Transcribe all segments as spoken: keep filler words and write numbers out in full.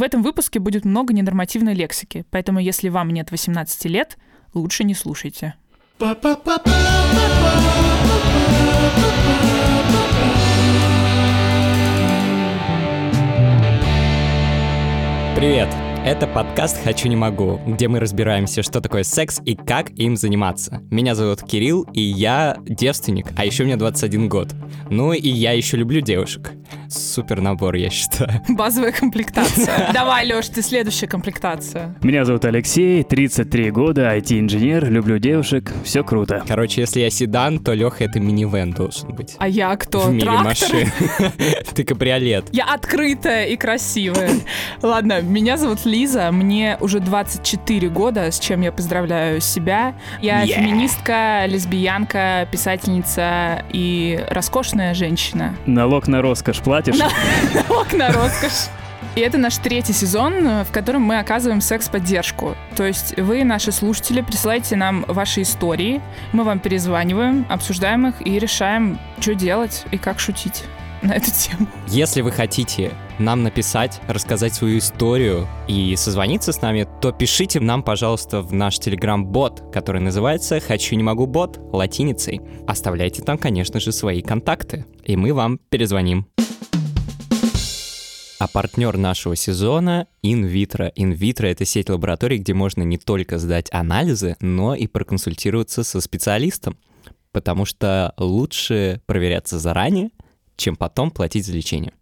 В этом выпуске будет много ненормативной лексики, поэтому если вам нет восемнадцати лет, лучше не слушайте. Привет! Это подкаст «Хочу, не могу», где мы разбираемся, что такое секс и как им заниматься. Меня зовут Кирилл, и я девственник, а еще мне двадцать один год. Ну и я еще люблю девушек. Супер набор, я считаю. Базовая комплектация. Давай, Лёш, ты следующая комплектация. Меня зовут Алексей, тридцать три года, ай ти-инженер, люблю девушек, все круто. Короче, если я седан, то Лёха — это минивэн должен быть. А я кто? В мире Трактор? машин. Ты кабриолет. Я открытая и красивая. Ладно, меня зовут Лиза, мне уже двадцать четыре года, с чем я поздравляю себя. Я Yeah. феминистка, лесбиянка, писательница и роскошная женщина. Налог на роскошь платишь? Налог на роскошь. И это наш третий сезон, в котором мы оказываем секс-поддержку. То есть вы, наши слушатели, присылайте нам ваши истории, мы вам перезваниваем, обсуждаем их и решаем, что делать и как шутить на эту тему. Если вы хотите нам написать, рассказать свою историю и созвониться с нами, то пишите нам, пожалуйста, в наш телеграм-бот, который называется «Хочу, не могу бот» латиницей. Оставляйте там, конечно же, свои контакты, и мы вам перезвоним. А партнер нашего сезона — InVitro. InVitro — это сеть лабораторий, где можно не только сдать анализы, но и проконсультироваться со специалистом. Потому что лучше проверяться заранее, чем потом платить за лечение.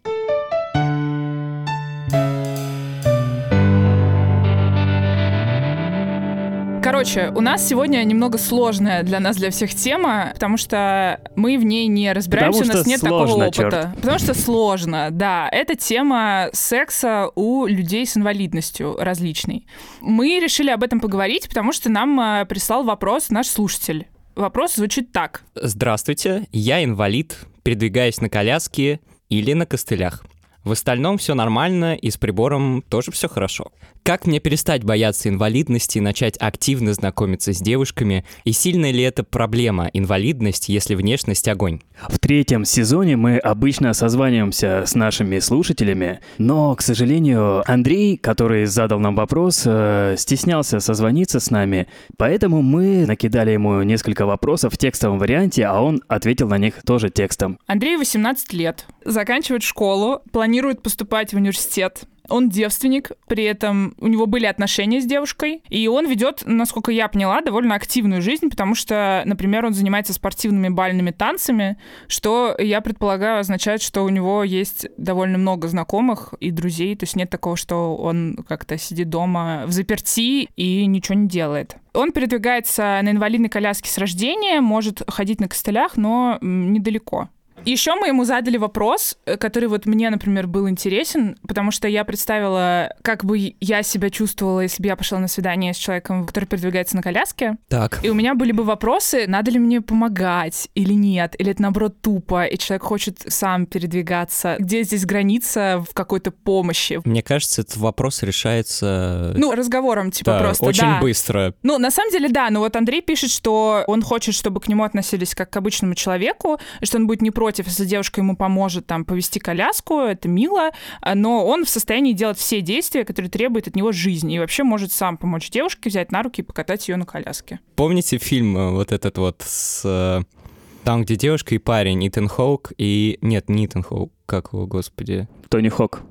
Короче, у нас сегодня немного сложная для нас, для всех тема, потому что мы в ней не разбираемся, Потому у нас что нет сложно, такого опыта. чёрт. Потому что сложно, да. Это тема секса у людей с инвалидностью различной. Мы решили об этом поговорить, потому что нам э, прислал вопрос наш слушатель. Вопрос звучит так. Здравствуйте, я инвалид, передвигаюсь на коляске или на костылях. В остальном все нормально, и с прибором тоже все хорошо. Как мне перестать бояться инвалидности и начать активно знакомиться с девушками? И сильная ли это проблема, инвалидность, если внешность огонь? В третьем сезоне мы обычно созваниваемся с нашими слушателями, но, к сожалению, Андрей, который задал нам вопрос, э, стеснялся созвониться с нами, поэтому мы накидали ему несколько вопросов в текстовом варианте, а он ответил на них тоже текстом. Андрею восемнадцать лет, заканчивает школу, планирует поступать в университет. Он девственник, при этом у него были отношения с девушкой, и он ведет, насколько я поняла, довольно активную жизнь, потому что, например, он занимается спортивными бальными танцами, что, я предполагаю, означает, что у него есть довольно много знакомых и друзей, то есть нет такого, что он как-то сидит дома взаперти и ничего не делает. Он передвигается на инвалидной коляске с рождения, может ходить на костылях, но м, недалеко. Еще мы ему задали вопрос, который вот мне, например, был интересен, потому что я представила, как бы я себя чувствовала, если бы я пошла на свидание с человеком, который передвигается на коляске. Так. И у меня были бы вопросы, надо ли мне помогать или нет, или это, наоборот, тупо, и человек хочет сам передвигаться. Где здесь граница в какой-то помощи? Мне кажется, этот вопрос решается... Ну, разговором, типа, да, просто, очень да. быстро. Ну, на самом деле, да, но вот Андрей пишет, что он хочет, чтобы к нему относились как к обычному человеку, и что он будет не против, если девушка ему поможет там повести коляску, это мило, но он в состоянии делать все действия, которые требуют от него жизни, и вообще может сам помочь девушке, взять на руки и покатать ее на коляске. Помните фильм э, вот этот вот с... э, Там, где девушка и парень, Итан Хоук и... Нет, не Итан Хоук, как его, господи? Тони Хок.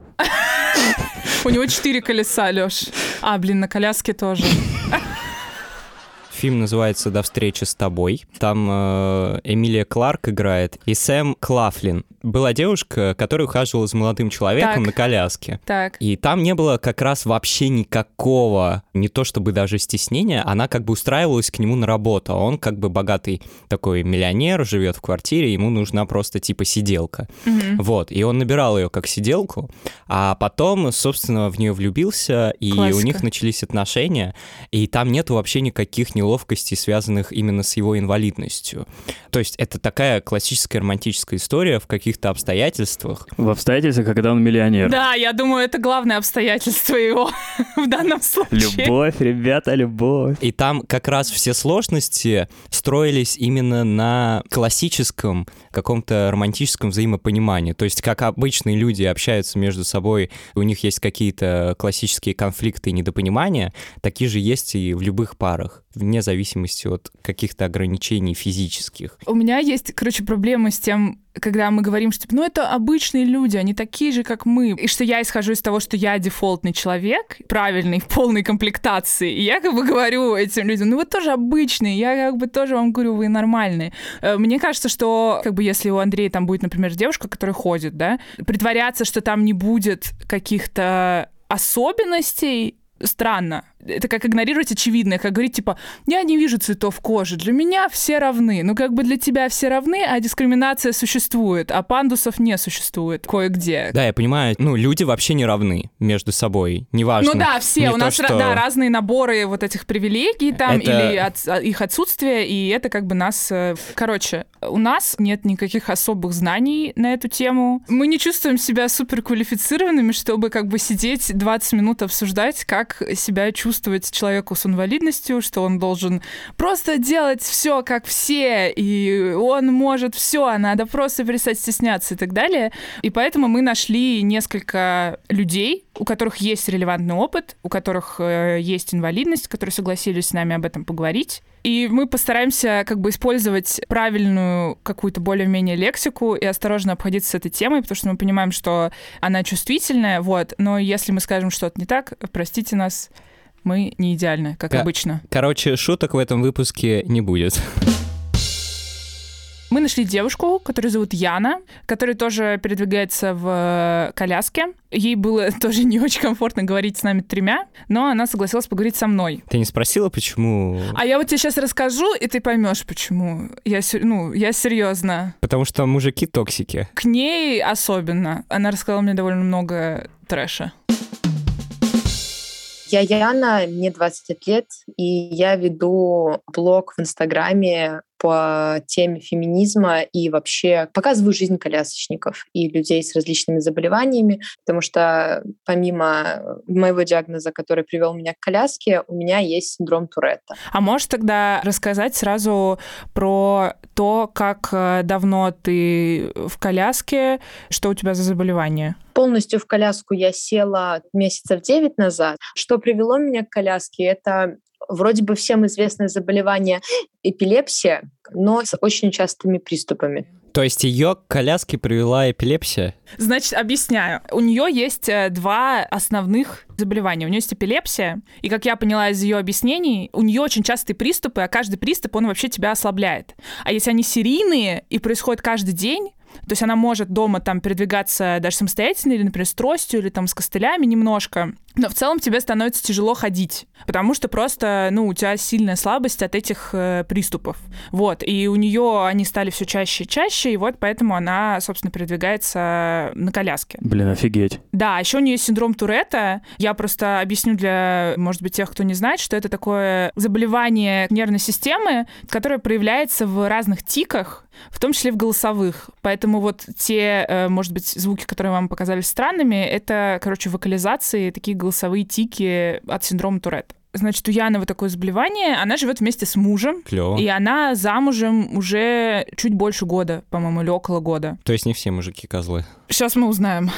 У него четыре колеса, Лёш. А, блин, на коляске тоже. Фильм называется «До встречи с тобой». Там э, Эмилия Кларк играет и Сэм Клафлин. Была девушка, которая ухаживала за молодым человеком Так. на коляске. Так. И там не было как раз вообще никакого, не то чтобы даже стеснения, она как бы устраивалась к нему на работу. А он как бы богатый такой миллионер, живет в квартире, ему нужна просто типа сиделка. Мгм. Вот, и он набирал ее как сиделку, а потом, собственно, в нее влюбился, и Классика. у них начались отношения, и там нету вообще никаких неловких неловкостей, связанных именно с его инвалидностью. То есть это такая классическая романтическая история в каких-то обстоятельствах. В обстоятельствах, когда он миллионер. Да, я думаю, это главное обстоятельство его в данном случае. Любовь, ребята, любовь. И там как раз все сложности строились именно на классическом каком-то романтическом взаимопонимании. То есть как обычные люди общаются между собой, у них есть какие-то классические конфликты и недопонимания, такие же есть и в любых парах, вне зависимости от каких-то ограничений физических. У меня есть, короче, проблемы с тем, когда мы говорим, что ну это обычные люди, они такие же, как мы. И что я исхожу из того, что я дефолтный человек, правильный, в полной комплектации. И я как бы говорю этим людям, ну вы тоже обычные, я как бы тоже вам говорю, вы нормальные. Мне кажется, что как бы если у Андрея там будет, например, девушка, которая ходит, да, притворяться, что там не будет каких-то особенностей, странно. Это как игнорировать очевидное, как говорить, типа, я не вижу цветов кожи, для меня все равны. Ну, как бы для тебя все равны, а дискриминация существует, а пандусов не существует кое-где. Да, я понимаю, ну, люди вообще не равны между собой, неважно. Ну да, все, не у то, нас что... да, разные наборы вот этих привилегий там, это... или от, их отсутствие, и это как бы нас... Короче, у нас нет никаких особых знаний на эту тему. Мы не чувствуем себя суперквалифицированными, чтобы как бы сидеть двадцать минут обсуждать, как себя чувствовать чувствовать человеку с инвалидностью, что он должен просто делать все как все, и он может все, а надо просто перестать стесняться и так далее. И поэтому мы нашли несколько людей, у которых есть релевантный опыт, у которых э, есть инвалидность, которые согласились с нами об этом поговорить. И мы постараемся как бы использовать правильную какую-то более-менее лексику и осторожно обходиться с этой темой, потому что мы понимаем, что она чувствительная, вот, но если мы скажем что-то не так, простите нас, мы не идеальны, как К- обычно. Короче, шуток в этом выпуске не будет. Мы нашли девушку, которую зовут Яна, которая тоже передвигается в коляске. Ей было тоже не очень комфортно говорить с нами тремя, но она согласилась поговорить со мной. Ты не спросила, почему? А я вот тебе сейчас расскажу, и ты поймешь, почему. Я, ну, я серьезно. Потому что мужики токсики. К ней особенно. Она рассказала мне довольно много трэша. Я Яна, мне двадцать лет, и я веду блог в Инстаграме по теме феминизма и вообще показываю жизнь колясочников и людей с различными заболеваниями, потому что помимо моего диагноза, который привел меня к коляске, у меня есть синдром Туретта. А можешь тогда рассказать сразу про то, как давно ты в коляске, что у тебя за заболевание? Полностью в коляску я села месяцев девять назад. Что привело меня к коляске, это вроде бы всем известное заболевание эпилепсия, но с очень частыми приступами. То есть ее к коляске привела эпилепсия? Значит, объясняю. У нее есть два основных заболевания. У нее есть эпилепсия, и, как я поняла из ее объяснений, у нее очень частые приступы, а каждый приступ, он вообще тебя ослабляет. А если они серийные и происходят каждый день, то есть она может дома там передвигаться даже самостоятельно, или, например, с тростью, или там с костылями немножко, но в целом тебе становится тяжело ходить, потому что просто, ну, у тебя сильная слабость от этих э, приступов. Вот, и у нее они стали все чаще и чаще, и вот поэтому она, собственно, передвигается на коляске. Блин, офигеть. Да, а еще у нее есть синдром Туретта. Я просто объясню для, может быть, тех, кто не знает, что это такое заболевание нервной системы, которое проявляется в разных тиках, в том числе в голосовых. Поэтому вот те, может быть, звуки, которые вам показались странными, это, короче, вокализации, такие голосовые тики от синдрома Туретта. Значит, у Яны вот такое заболевание, она живет вместе с мужем. Клево. И она замужем уже чуть больше года, по-моему, или около года. То есть не все мужики козлы? Сейчас мы узнаем.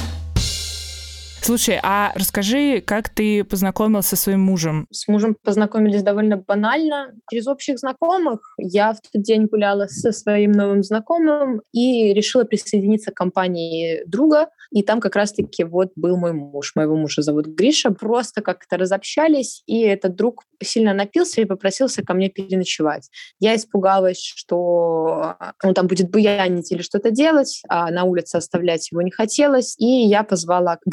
Слушай, а расскажи, как ты познакомился со своим мужем? С мужем познакомились довольно банально. Через общих знакомых я в тот день гуляла со своим новым знакомым и решила присоединиться к компании друга. И там как раз-таки вот был мой муж. Моего мужа зовут Гриша. Просто как-то разобщались, и этот друг сильно напился и попросился ко мне переночевать. Я испугалась, что он там будет буянить или что-то делать, а на улице оставлять его не хотелось, и я позвала Гришу.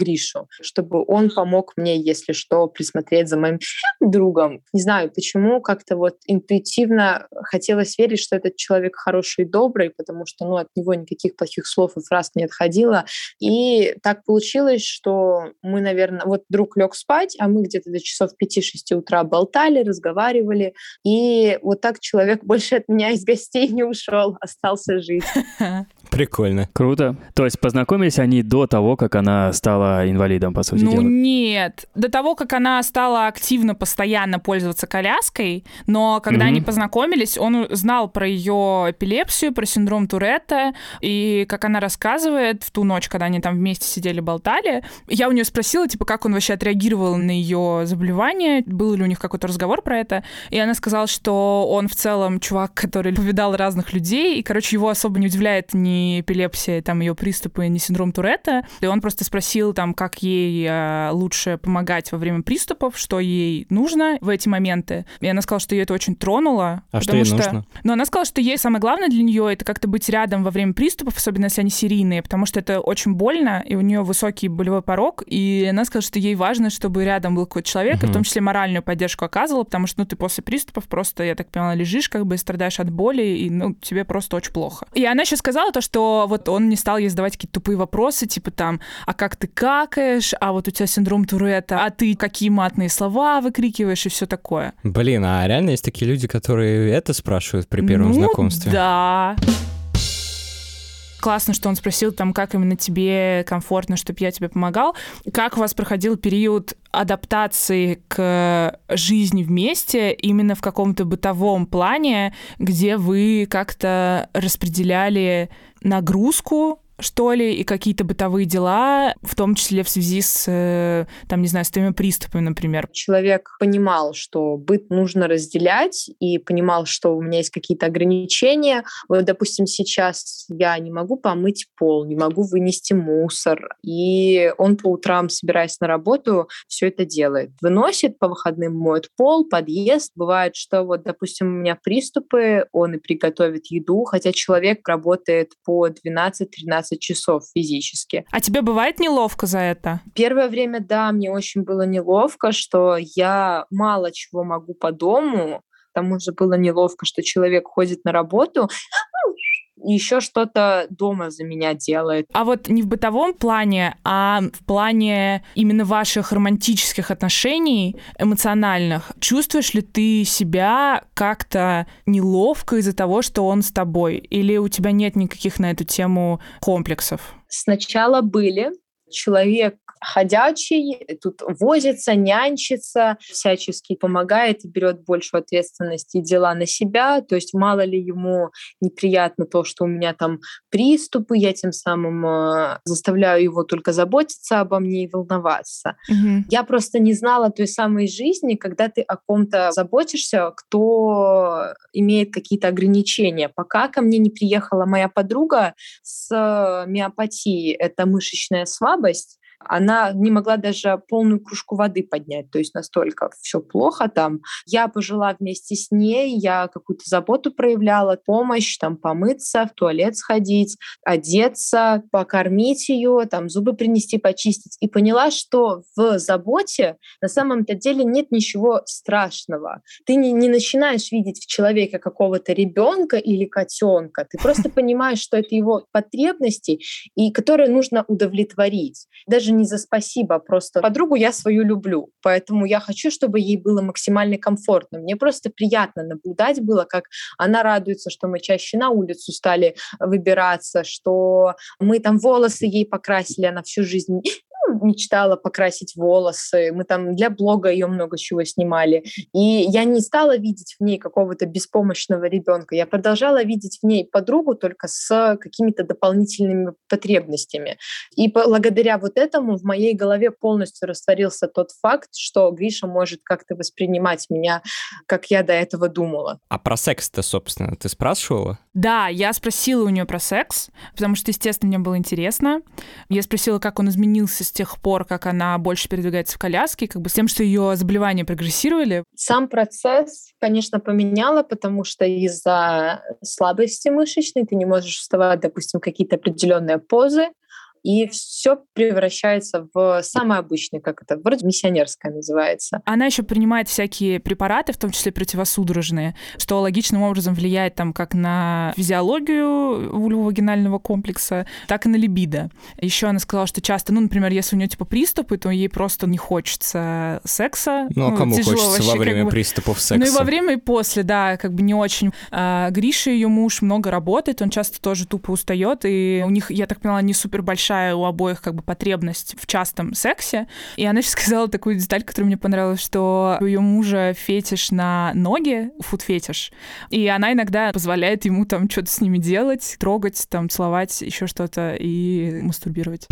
Гришу, чтобы он помог мне, если что, присмотреть за моим другом. Не знаю, почему, как-то вот интуитивно хотелось верить, что этот человек хороший и добрый, потому что, ну, от него никаких плохих слов и фраз не отходило. И так получилось, что мы, наверное, вот друг лег спать, а мы где-то до часов пяти-шести утра болтали, разговаривали, и вот так человек больше от меня из гостей не ушел, остался жить. Прикольно. Круто. То есть познакомились они до того, как она стала инвалидом, по сути ну, дела? Ну нет. До того, как она стала активно, постоянно пользоваться коляской, но когда mm-hmm. они познакомились, он знал про ее эпилепсию, про синдром Туретта, и как она рассказывает, в ту ночь, когда они там вместе сидели, болтали, я у нее спросила, типа, как он вообще отреагировал на ее заболевание, был ли у них какой-то разговор про это, и она сказала, что он в целом чувак, который повидал разных людей, и, короче, его особо не удивляет ни эпилепсия, там, ее приступы, ни синдром Туретта. И он просто спросил, там, как ей э, лучше помогать во время приступов, что ей нужно в эти моменты. И она сказала, что ее это очень тронуло. А что ей что... нужно? Но она сказала, что ей самое главное для нее это как-то быть рядом во время приступов, особенно если они серийные, потому что это очень больно, и у нее высокий болевой порог. И она сказала, что ей важно, чтобы рядом был какой-то человек, uh-huh. и в том числе моральную поддержку оказывала, потому что, ну, ты после приступов просто, я так поняла, лежишь, как бы страдаешь от боли, и, ну, тебе просто очень плохо. И она еще сказала то, что вот он не стал ей задавать какие-то тупые вопросы, типа там, а как ты какаешь, а вот у тебя синдром Туретта, а ты какие матные слова выкрикиваешь и все такое. Блин, а реально есть такие люди, которые это спрашивают при первом ну, знакомстве? Да. Классно, что он спросил, там, как именно тебе комфортно, чтобы я тебе помогал. Как у вас проходил период адаптации к жизни вместе именно в каком-то бытовом плане, где вы как-то распределяли нагрузку, что ли, и какие-то бытовые дела, в том числе в связи с, там, не знаю, с твоими приступами, например? Человек понимал, что быт нужно разделять, и понимал, что у меня есть какие-то ограничения. Вот, допустим, сейчас я не могу помыть пол, не могу вынести мусор, и он по утрам, собираясь на работу, все это делает. Выносит, по выходным моет пол, подъезд. Бывает, что вот, допустим, у меня приступы, он и приготовит еду, хотя человек работает по двенадцать-тринадцать часов физически. А тебе бывает неловко за это? Первое время, да, мне очень было неловко, что я мало чего могу по дому. К тому же было неловко, что человек ходит на работу и еще что-то дома за меня делает. А вот не в бытовом плане, а в плане именно ваших романтических отношений, эмоциональных. Чувствуешь ли ты себя как-то неловко из-за того, что он с тобой? Или у тебя нет никаких на эту тему комплексов? Сначала были. Человек ходячий, тут возится, нянчится, всячески помогает и берет большую ответственность и дела на себя. То есть мало ли ему неприятно то, что у меня там приступы, я тем самым э, заставляю его только заботиться обо мне и волноваться. Mm-hmm. Я просто не знала той самой жизни, когда ты о ком-то заботишься, кто имеет какие-то ограничения. Пока ко мне не приехала моя подруга с миопатией, это мышечная слабость, она не могла даже полную кружку воды поднять, то есть настолько все плохо там. Я пожила вместе с ней, я какую-то заботу проявляла, помощь, там, помыться, в туалет сходить, одеться, покормить ее, там, зубы принести, почистить. И поняла, что в заботе на самом-то деле нет ничего страшного. Ты не, не начинаешь видеть в человеке какого-то ребенка или котенка, ты просто понимаешь, что это его потребности, и которые нужно удовлетворить. Даже не за спасибо, просто подругу я свою люблю, поэтому я хочу, чтобы ей было максимально комфортно. Мне просто приятно наблюдать было, как она радуется, что мы чаще на улицу стали выбираться, что мы там волосы ей покрасили, она всю жизнь мечтала покрасить волосы, мы там для блога ее много чего снимали. И я не стала видеть в ней какого-то беспомощного ребенка, я продолжала видеть в ней подругу только с какими-то дополнительными потребностями. И благодаря вот этому в моей голове полностью растворился тот факт, что Гриша может как-то воспринимать меня, как я до этого думала. А про секс-то, собственно, ты спрашивала? Да, я спросила у нее про секс, потому что, естественно, мне было интересно. Я спросила, как он изменился с тех пор, как она больше передвигается в коляске, как бы с тем, что ее заболевания прогрессировали. Сам процесс, конечно, поменяло, потому что из-за слабости мышечной ты не можешь вставать, допустим, в какие-то определенные позы. и все превращается в самое обычное, как это, вроде миссионерское называется. Она еще принимает всякие препараты, в том числе противосудорожные, что логичным образом влияет там как на физиологию вульвовагинального комплекса, так и на либидо. Еще она сказала, что часто, ну, например, если у нее типа приступы, то ей просто не хочется секса. Ну, а ну, кому хочется вообще, во время как бы... приступов секса? Ну и во время, и после, да, как бы не очень. А, Гриша, ее муж, много работает, он часто тоже тупо устает, и у них, я так поняла, не супер большая у обоих как бы потребность в частом сексе. И она еще сказала такую деталь, которая мне понравилась, что у ее мужа фетиш на ноги, фуд-фетиш, и она иногда позволяет ему там что-то с ними делать, трогать, там, целовать, еще что-то и мастурбировать.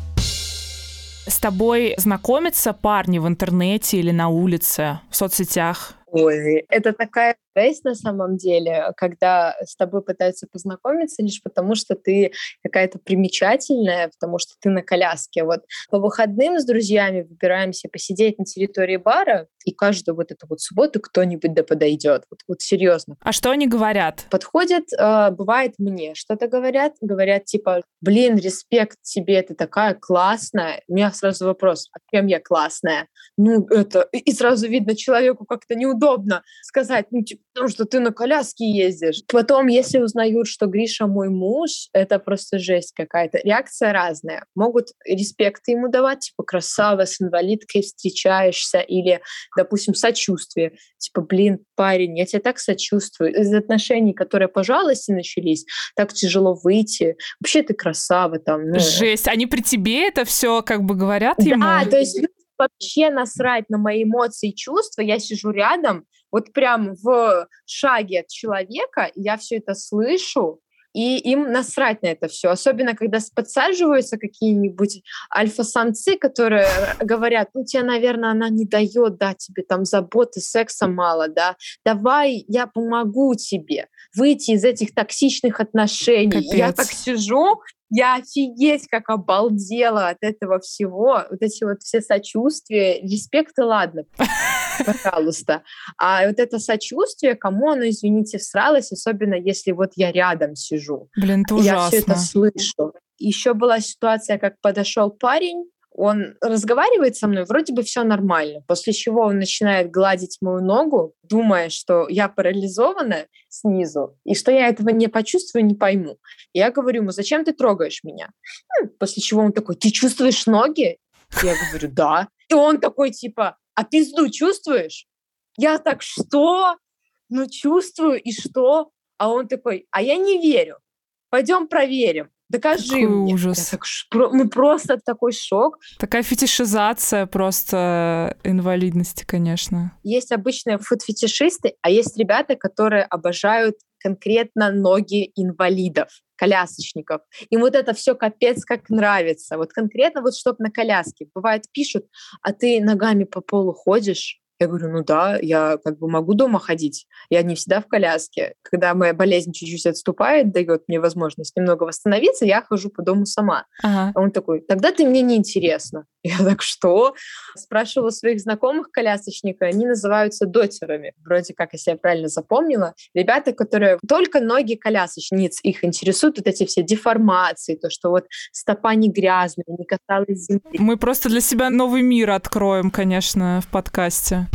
С тобой знакомятся парни в интернете или на улице, в соцсетях? Ой, это такая жесть на самом деле, когда с тобой пытаются познакомиться лишь потому, что ты какая-то примечательная, потому что ты на коляске. Вот по выходным с друзьями выбираемся посидеть на территории бара, и каждую вот эту вот субботу кто-нибудь да подойдет. Вот, вот серьезно. А что они говорят? Подходят, э, бывает мне что-то говорят, говорят типа, блин, респект тебе, ты такая классная. У меня сразу вопрос, а кем я классная? Ну, это... И сразу видно человеку как-то неудобно сказать, ну, типа, потому что ты на коляске ездишь. Потом, если узнают, что Гриша мой муж, это просто жесть какая-то. Реакция разная. Могут респект ему давать, типа, красава, с инвалидкой встречаешься, или, допустим, сочувствие. Типа, блин, парень, я тебе так сочувствую. Из отношений, которые по жалости начались, так тяжело выйти. Вообще ты красава там. Ну. Жесть. Они при тебе это все как бы говорят ему? Да, то есть вообще насрать на мои эмоции и чувства. Я сижу рядом, вот прям в шаге от человека, я все это слышу, и им насрать на это все. Особенно, когда подсаживаются какие-нибудь альфа-самцы, которые говорят, ну, тебе, наверное, она не дает, да, тебе там заботы, секса мало, да, давай я помогу тебе выйти из этих токсичных отношений. Капец. Я так сижу, я офигеть как обалдела от этого всего. Вот эти вот все сочувствия, респекты, ладно, пожалуйста. А вот это сочувствие, кому оно, извините, всралось, особенно если вот я рядом сижу. Блин, это ужасно. Я все это слышу. Еще была ситуация, как подошел парень, он разговаривает со мной, вроде бы все нормально, после чего он начинает гладить мою ногу, думая, что я парализована снизу, и что я этого не почувствую, не пойму. И я говорю ему, зачем ты трогаешь меня? После чего он такой, ты чувствуешь ноги? Я говорю, да. И он такой, типа, а пизду чувствуешь? Я так, что? Ну, чувствую, и что? А он такой, а я не верю. Пойдем проверим. Докажи Какой мне. ужас. Так, ну, просто такой шок. Такая фетишизация просто инвалидности, конечно. Есть обычные фуд-фетишисты, а есть ребята, которые обожают конкретно ноги инвалидов, колясочников. Им вот это все капец как нравится. Вот конкретно вот чтоб на коляске. Бывает, пишут, а ты ногами по полу ходишь? Я говорю, ну да, я как бы могу дома ходить. Я не всегда в коляске. Когда моя болезнь чуть-чуть отступает, дает мне возможность немного восстановиться, я хожу по дому сама. Ага. А он такой, тогда ты мне не интересна. Я так, что? Спрашивала своих знакомых колясочников, они называются дотерами. Вроде как, если я правильно запомнила. Ребята, которые только ноги колясочниц, их интересуют вот эти все деформации, то, что вот стопа не грязная, не касалась земли. Мы просто для себя новый мир откроем, конечно, в подкасте.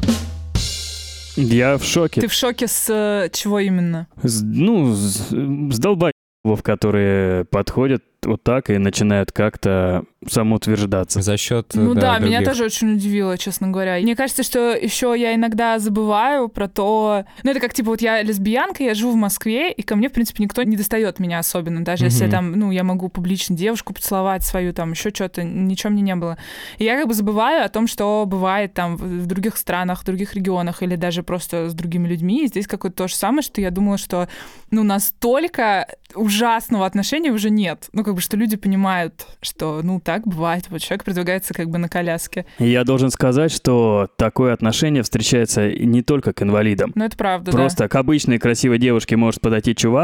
Я в шоке. Ты в шоке с чего именно? С, ну, с, с долбоебов, которые подходят вот так и начинают как-то самоутверждаться. За счет Ну да, да, меня других. тоже очень удивило, честно говоря. Мне кажется, что еще я иногда забываю про то... Ну это как, типа, вот я лесбиянка, я живу в Москве, и ко мне, в принципе, никто не достает меня особенно. Даже Мгм. если там, ну, я могу публично девушку поцеловать свою, там, еще что-то, ничего мне не было. И я как бы забываю о том, что бывает там в в других странах, в других регионах, или даже просто с другими людьми. И здесь какое-то то же самое, что я думала, что, ну, настолько ужасного отношения уже нет. Ну, как бы, что люди понимают, что, ну, так бывает. Вот человек продвигается как бы на коляске. Я должен сказать, что такое отношение встречается не только к инвалидам. Ну, это правда, Просто да. к обычной красивой девушке может подойти чувак,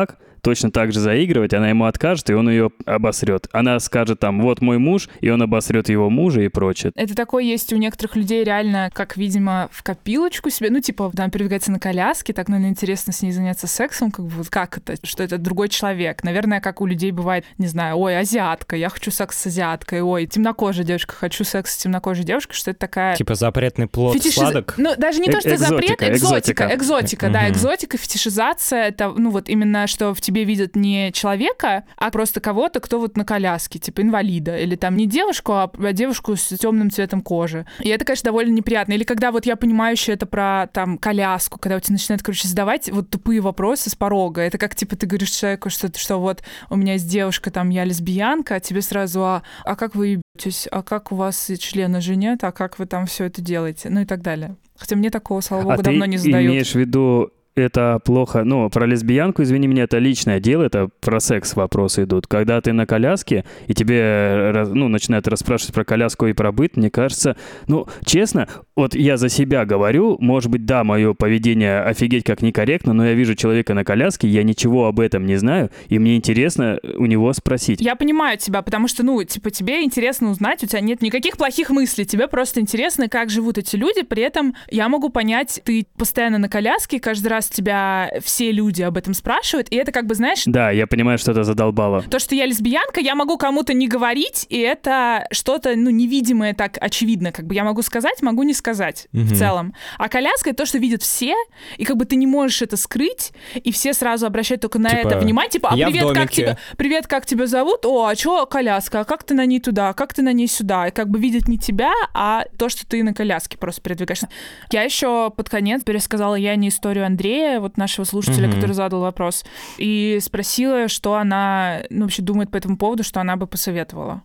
точно так же заигрывать, она ему откажет, и он ее обосрет. Она скажет там, вот мой муж, и он обосрет его мужа и прочее. Это такое есть у некоторых людей реально, как, видимо, в копилочку себе, ну, типа, там, передвигается на коляске, так, наверное, интересно с ней заняться сексом, как бы, вот как это, что это другой человек. Наверное, как у людей бывает, не знаю, ой, азиатка, я хочу секс с азиаткой, ой, темнокожая девушка, хочу секс с темнокожей девушкой, что это такая... Типа запретный плод Фетишиз... сладок? Ну, даже не то, что Экзотика, запрет, экзотика, экзотика, экзотика, да, экзотика, фетишизация, это, ну, вот именно, что в тебе видят не человека, а просто кого-то, кто вот на коляске, типа инвалида, или там не девушку, а девушку с темным цветом кожи. И это, конечно, довольно неприятно. Или когда вот я понимаю еще это про там коляску, когда у тебя начинают, короче, задавать вот тупые вопросы с порога. Это как, типа, ты говоришь человеку, что, что вот у меня есть девушка, там, я лесбиянка, а тебе сразу, а, а как вы ебетесь, а как у вас члена же нет, а как вы там все это делаете, ну и так далее. Хотя мне такого, слава богу, а давно ты не задают. Имеешь в виду, это плохо, ну, про лесбиянку, извини меня, это личное дело, это про секс вопросы идут. Когда ты на коляске, и тебе, ну, начинают расспрашивать про коляску и про быт, мне кажется, ну, честно, вот я за себя говорю, может быть, да, мое поведение офигеть как некорректно, но я вижу человека на коляске, я ничего об этом не знаю, и мне интересно у него спросить. Я понимаю тебя, потому что, ну, типа, тебе интересно узнать, у тебя нет никаких плохих мыслей, тебе просто интересно, как живут эти люди, при этом я могу понять, ты постоянно на коляске, каждый раз тебя все люди об этом спрашивают, и это как бы, знаешь... Да, я понимаю, что это задолбало. То, что я лесбиянка, я могу кому-то не говорить, и это что-то, ну, невидимое так очевидно, как бы я могу сказать, могу не сказать mm-hmm. в целом. А коляска — это то, что видят все, и как бы ты не можешь это скрыть, и все сразу обращают только на типа, это внимание, типа, а привет, как тебя, привет, как тебя зовут? О, а чё коляска? А как ты на ней туда? Как ты на ней сюда? И как бы видят не тебя, а то, что ты на коляске просто передвигаешься. Я еще под конец пересказала Яне историю Андрея, вот нашего слушателя, mm-hmm. который задал вопрос, и спросила, что она, ну, вообще думает по этому поводу, что она бы посоветовала.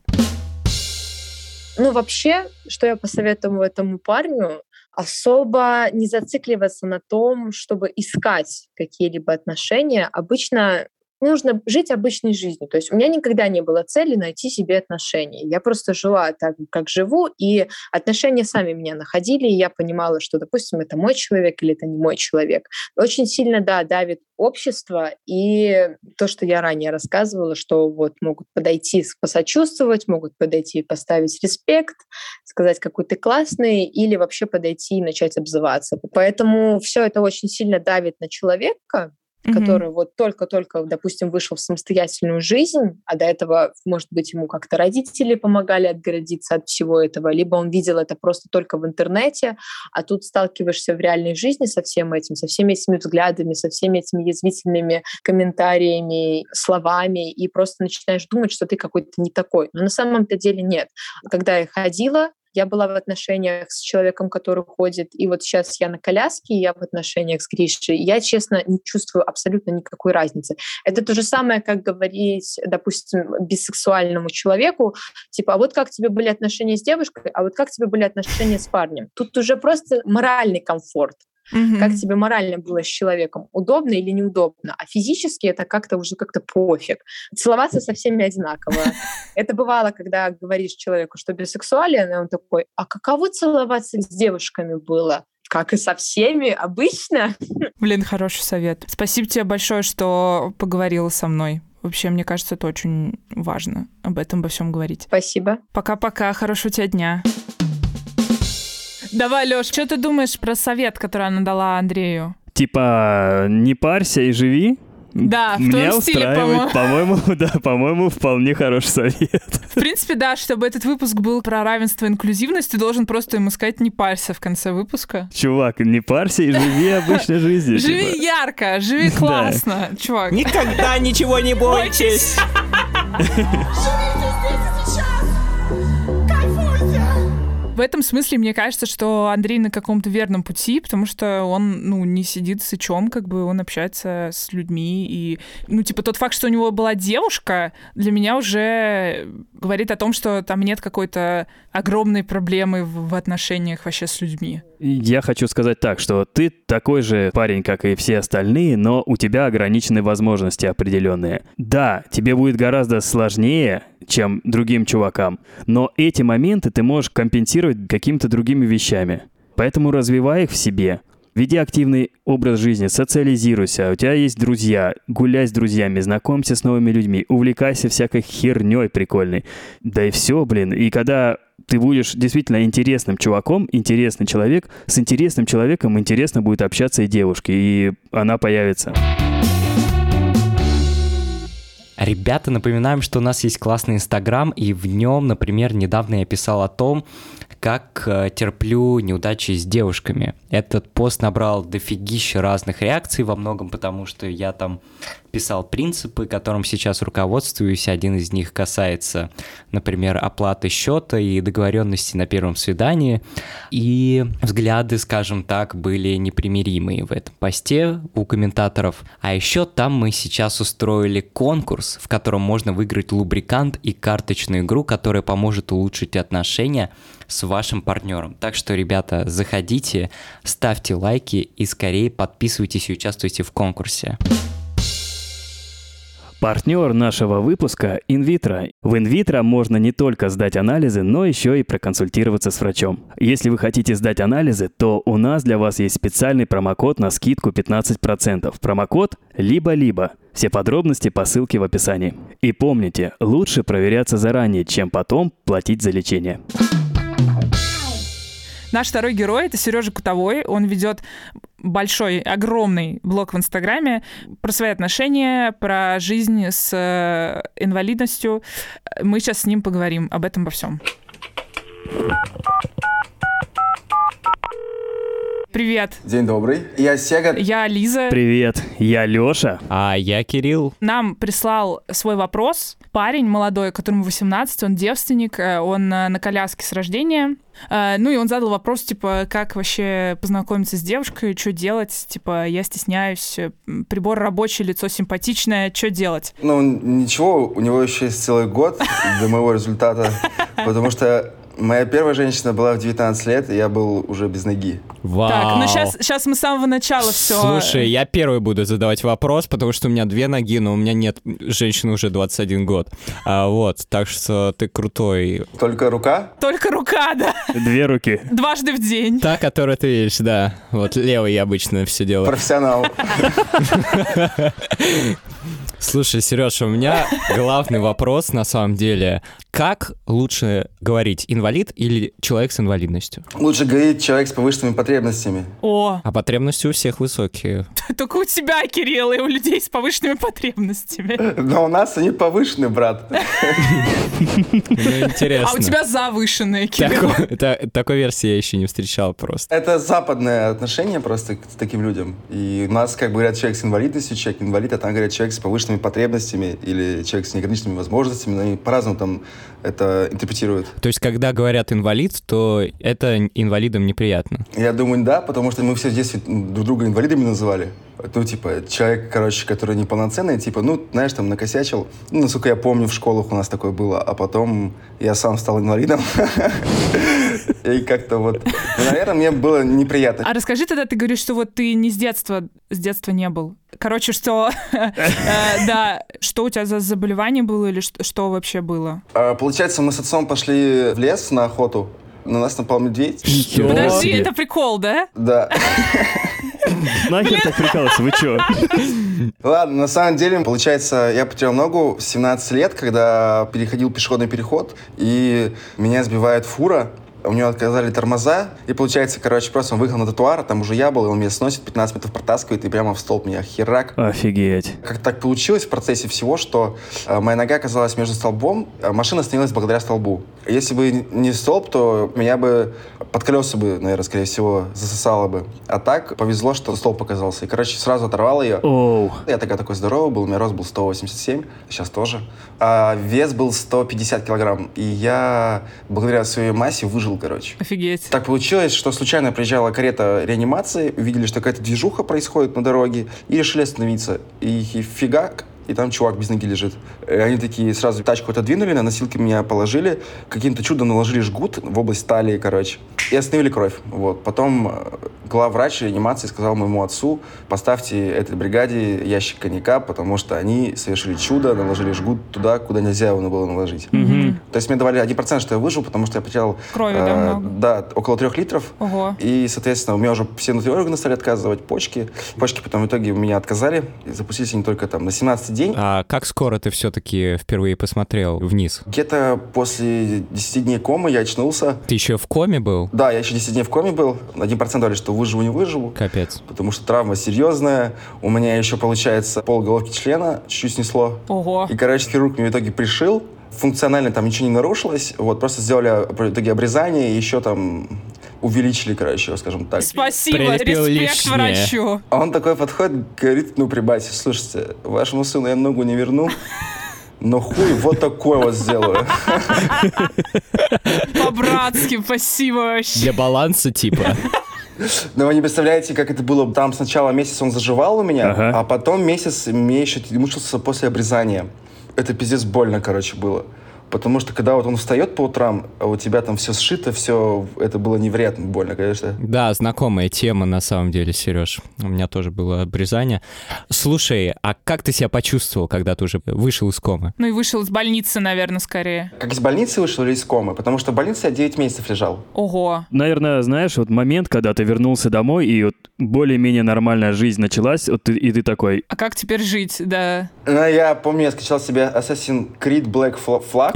Ну, вообще, что я посоветую этому парню, особо не зацикливаться на том, чтобы искать какие-либо отношения. Обычно нужно жить обычной жизнью. То есть у меня никогда не было цели найти себе отношения. Я просто жила так, как живу, и отношения сами меня находили, и я понимала, что, допустим, это мой человек или это не мой человек. Очень сильно, да, давит общество, и то, что я ранее рассказывала, что вот могут подойти, посочувствовать, могут подойти и поставить респект, сказать, какой ты классный, или вообще подойти и начать обзываться. Поэтому все это очень сильно давит на человека, mm-hmm. который вот только-только, допустим, вышел в самостоятельную жизнь, а до этого, может быть, ему как-то родители помогали отгородиться от всего этого, либо он видел это просто только в интернете, а тут сталкиваешься в реальной жизни со всем этим, со всеми этими взглядами, со всеми этими язвительными комментариями, словами, и просто начинаешь думать, что ты какой-то не такой. Но на самом-то деле нет. Когда я ходила, я была в отношениях с человеком, который ходит, и вот сейчас я на коляске, я в отношениях с Гришей. Я, честно, не чувствую абсолютно никакой разницы. Это то же самое, как говорить, допустим, бисексуальному человеку, типа, а вот как тебе были отношения с девушкой, а вот как тебе были отношения с парнем. Тут уже просто моральный комфорт. Mm-hmm. Как тебе морально было с человеком, удобно или неудобно, а физически это как-то уже как-то пофиг. Целоваться со всеми одинаково. Это бывало, когда говоришь человеку, что бисексуален, и он такой, а каково целоваться с девушками было? Как и со всеми, обычно. Блин, хороший совет. Спасибо тебе большое, что поговорила со мной. Вообще, мне кажется, это очень важно, об этом, обо всем говорить. Спасибо. Пока-пока, хорошего тебе дня. Давай, Лёш, что ты думаешь про совет, который она дала Андрею? Типа, не парься и живи? Да, в Меня твоем стиле, устраивает, по-моему. по-моему, да, по-моему, вполне хороший совет. В принципе, да, чтобы этот выпуск был про равенство и инклюзивность, ты должен просто ему сказать «не парься» в конце выпуска. Чувак, не парься и живи обычной жизнью. Живи ярко, живи классно, чувак. Никогда ничего не бойтесь. В этом смысле мне кажется, что Андрей на каком-то верном пути, потому что он, ну, не сидит сычом, как бы он общается с людьми. И, ну, типа, тот факт, что у него была девушка, для меня уже говорит о том, что там нет какой-то огромной проблемы в, в отношениях вообще с людьми. Я хочу сказать так, что ты такой же парень, как и все остальные, но у тебя ограничены возможности определенные. Да, тебе будет гораздо сложнее, чем другим чувакам, но эти моменты ты можешь компенсировать какими-то другими вещами. Поэтому развивай их в себе. Веди активный образ жизни, социализируйся, у тебя есть друзья, гуляй с друзьями, знакомься с новыми людьми, увлекайся всякой херней прикольной. Да и все, блин. И когда ты будешь действительно интересным чуваком, интересный человек, с интересным человеком интересно будет общаться и девушке, и она появится. Ребята, напоминаем, что у нас есть классный Инстаграм, и в нем, например, недавно я писал о том, как э, терплю неудачи с девушками. Этот пост набрал дофигища разных реакций, во многом потому, что я там писал принципы, которым сейчас руководствуюсь. Один из них касается, например, оплаты счета и договоренности на первом свидании. И взгляды, скажем так, были непримиримые в этом посте у комментаторов. А еще там мы сейчас устроили конкурс, в котором можно выиграть лубрикант и карточную игру, которая поможет улучшить отношения с вашим партнером. Так что, ребята, заходите, ставьте лайки и скорее подписывайтесь и участвуйте в конкурсе. Партнер нашего выпуска – Инвитро. В Инвитро можно не только сдать анализы, но еще и проконсультироваться с врачом. Если вы хотите сдать анализы, то у нас для вас есть специальный промокод на скидку пятнадцать процентов. Промокод «Либо-либо». Все подробности по ссылке в описании. И помните, лучше проверяться заранее, чем потом платить за лечение. Наш второй герой — это Сережа Кутовой. Он ведет большой, огромный блог в Инстаграме про свои отношения, про жизнь с инвалидностью. Мы сейчас с ним поговорим об этом обо всем. Привет. День добрый. Я Сега. Я Лиза. Привет. Я Лёша. А я Кирилл. Нам прислал свой вопрос парень молодой, которому восемнадцать, он девственник, он на коляске с рождения. Ну и он задал вопрос, типа, как вообще познакомиться с девушкой, что делать, типа, я стесняюсь, прибор рабочий, лицо симпатичное, что делать? Ну, ничего, у него еще есть целый год до моего результата, потому что моя первая женщина была в девятнадцать лет, и я был уже без ноги. Вау. Так, ну сейчас, сейчас мы с самого начала все. Слушай, я первый буду задавать вопрос, потому что у меня две ноги, но у меня нет женщины уже двадцать один год. А, вот, так что ты крутой. Только рука? Только рука, да. Две руки. Дважды в день. Та, которую ты видишь, да. Вот левой я обычно все делаю. Профессионал. Слушай, Сереж, у меня главный вопрос на самом деле. Как лучше говорить, инвалид или человек с инвалидностью? Лучше говорить человек с повышенными потребностями. О, А потребности у всех высокие. только у тебя, Кирилл, и у людей с повышенными потребностями. Но у нас они повышены, брат. Ну, интересно. А у тебя завышенные, Кирилл. Такой, та- такой версии я еще не встречал просто. Это западное отношение просто к таким людям. И у нас, как бы, говорят, человек с инвалидностью, человек инвалид, а там говорят, человек с повышенными потребностями или человек с неограниченными возможностями. Но они по-разному там это интерпретируют. То есть, когда говорят инвалид, то это инвалидам неприятно. Я думаю, да, потому что мы все в детстве друг друга инвалидами называли. Ну, типа, человек, короче, который неполноценный, типа, ну, знаешь, там, накосячил. Ну, насколько я помню, в школах у нас такое было. А потом я сам стал инвалидом. И как-то вот, наверное, мне было неприятно. А расскажи тогда, ты говоришь, что вот ты не с детства, с детства не был. Короче, что, да, что у тебя за заболевание было или что вообще было? Получается, мы с отцом пошли в лес на охоту. На нас напал медведь. Подожди, это прикол, да? Да. Нахер так прикалываться, вы чё? Ладно, на самом деле, получается, я потерял ногу в семнадцать лет, когда переходил пешеходный переход, и меня сбивает фура. У него отказали тормоза, и получается, короче, просто он выехал на тротуар, там уже я был, и он меня сносит, пятнадцать метров протаскивает, и прямо в столб меня херак. Офигеть. Как так получилось в процессе всего, что э, моя нога оказалась между столбом, а машина остановилась благодаря столбу. Если бы не столб, то меня бы под колеса бы, наверное, скорее всего, засосало бы. А так повезло, что столб оказался. И, короче, сразу оторвал ее. Оу. Я тогда такой здоровый был, у меня рост был сто восемьдесят семь, сейчас тоже. А вес был сто пятьдесят килограмм. И я, благодаря своей массе, выжил, короче. Офигеть. Так получилось, что случайно приезжала карета реанимации, увидели, что какая-то движуха происходит на дороге, и решили остановиться. И, и фигак, и там чувак без ноги лежит. И они такие сразу тачку отодвинули, на носилки меня положили, каким-то чудом наложили жгут в область талии, короче, и остановили кровь. Вот. Потом главврач реанимации сказал моему отцу: поставьте этой бригаде ящик коньяка, потому что они совершили чудо, наложили жгут туда, куда нельзя его было наложить. Мгм. То есть мне давали один процент, что я выжил, потому что я потерял Крови, да, э, много? да, около трех литров. Ого. И, соответственно, у меня уже все внутри органы стали отказывать, почки. Почки потом в итоге у меня отказали. И запустились они только там на семнадцатый день. А как скоро ты все-таки впервые посмотрел вниз? Где-то после десяти дней комы я очнулся. Ты еще в коме был? Да, я еще десять дней в коме был. Один процент говорили, что выживу, не выживу. Капец. Потому что травма серьезная. У меня еще, получается, полголовки члена чуть-чуть снесло. Ого. И, короче, хирург мне в итоге пришил. Функционально там ничего не нарушилось. Вот, просто сделали в итоге обрезание и еще там увеличили, короче, скажем так. Спасибо, Прилепил респект лишнее. врачу. А он такой подходит, говорит: ну, прибавьте, слушайте, вашему сыну я ногу не верну, но хуй вот такой вот сделаю. По-братски, спасибо вообще. Для баланса типа. Но вы не представляете, как это было. Там сначала месяц он заживал у меня, Ага. а потом месяц мне еще мучился после обрезания. Это пиздец больно, короче, было. Потому что когда вот он встает по утрам, а у тебя там все сшито, все, это было невероятно больно, конечно. Да, знакомая тема на самом деле, Сереж. У меня тоже было обрезание. Слушай, а как ты себя почувствовал, когда ты уже вышел из комы? Ну и вышел из больницы, наверное, скорее. Как из больницы вышел или из комы? Потому что в больнице я девять месяцев лежал. Ого. Наверное, знаешь, вот момент, когда ты вернулся домой, и вот более-менее нормальная жизнь началась, вот ты- и ты такой: А как теперь жить, да? Ну, я помню, я скачал себе Assassin's Creed Black Fla- Flag.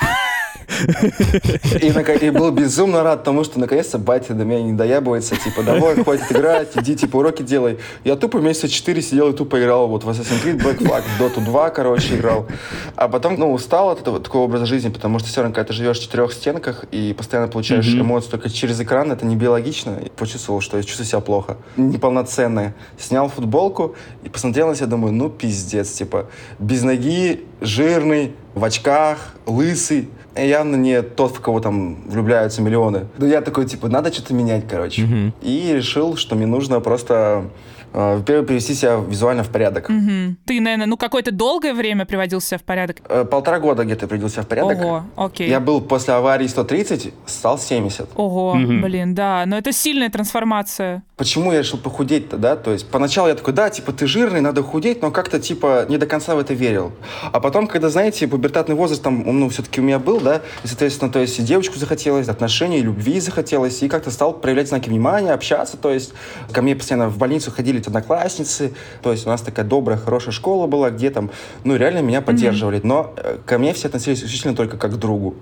И, нако- и был безумно рад тому, что наконец-то батя до меня не доябывается. Типа, давай, хватит играть, иди, типа, уроки делай. Я тупо месяца четыре сидел и тупо играл вот в Assassin's Creed Black Flag, в Dota два, короче, играл. А потом, ну, устал от этого такого образа жизни, потому что все равно, когда ты живешь в четырех стенках и постоянно получаешь Мгм. эмоции только через экран, это не биологично. И почувствовал, что я чувствую себя плохо, неполноценное. Снял футболку и посмотрел на себя, думаю, ну, пиздец, типа, без ноги, жирный, в очках, лысый. И явно не тот, в кого там влюбляются миллионы. Ну, я такой, типа, надо что-то менять, короче. Мгм. И решил, что мне нужно просто, э, во-первых, привести себя визуально в порядок. Мгм. Ты, наверное, ну какое-то долгое время приводил себя в порядок? Э, полтора года где-то привел себя в порядок. Ого, окей. Я был после аварии сто тридцать, стал семьдесят. Ого, Мгм. блин, да, но это сильная трансформация. Почему я решил похудеть-то, да? То есть поначалу я такой, да, типа, ты жирный, надо худеть, но как-то, типа, не до конца в это верил. А потом, когда, знаете, пубертатный возраст там, ну, все-таки у меня был, да, и, соответственно, то есть и девочку захотелось, отношений, и любви захотелось, и как-то стал проявлять знаки внимания, общаться, то есть ко мне постоянно в больницу ходили одноклассницы, то есть у нас такая добрая, хорошая школа была, где там, ну, реально меня поддерживали, но э, ко мне все относились исключительно только как к другу.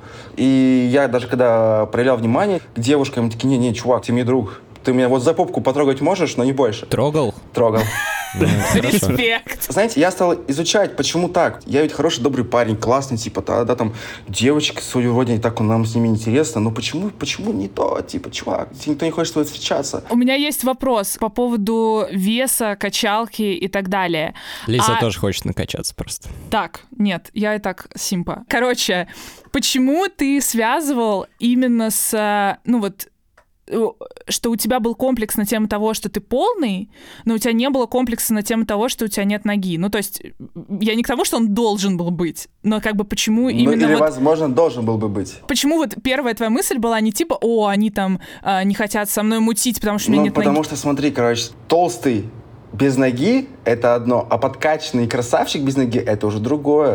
И я даже когда проявлял внимание к девушкам, они такие: не-не, чувак, ты мне друг. Ты меня вот за попку потрогать можешь, но не больше. Трогал? Трогал. Ну, хорошо. Респект. Знаете, я стал изучать, почему так. Я ведь хороший, добрый парень, классный, типа, да, да там, девочки свою вроде так, нам с ними интересно, но почему, почему не то, типа, чувак, никто не хочет с тобой встречаться. У меня есть вопрос по поводу веса, качалки и так далее. Лиза А- тоже хочет накачаться просто. Так, нет, я и так симпа. Короче, почему ты связывал именно с, э, ну вот, э, что у тебя был комплекс на тему того, что ты полный, но у тебя не было комплекса на тему того, что у тебя нет ноги? Ну, то есть, я не к тому, что он должен был быть, но как бы почему Ну, именно или, вот... возможно, должен был бы быть. Почему вот первая твоя мысль была не типа, о, они там э, не хотят со мной мутить, потому что у меня Ну, нет потому ноги? что, смотри, короче, толстый без ноги — это одно, а подкачанный красавчик без ноги — это уже другое.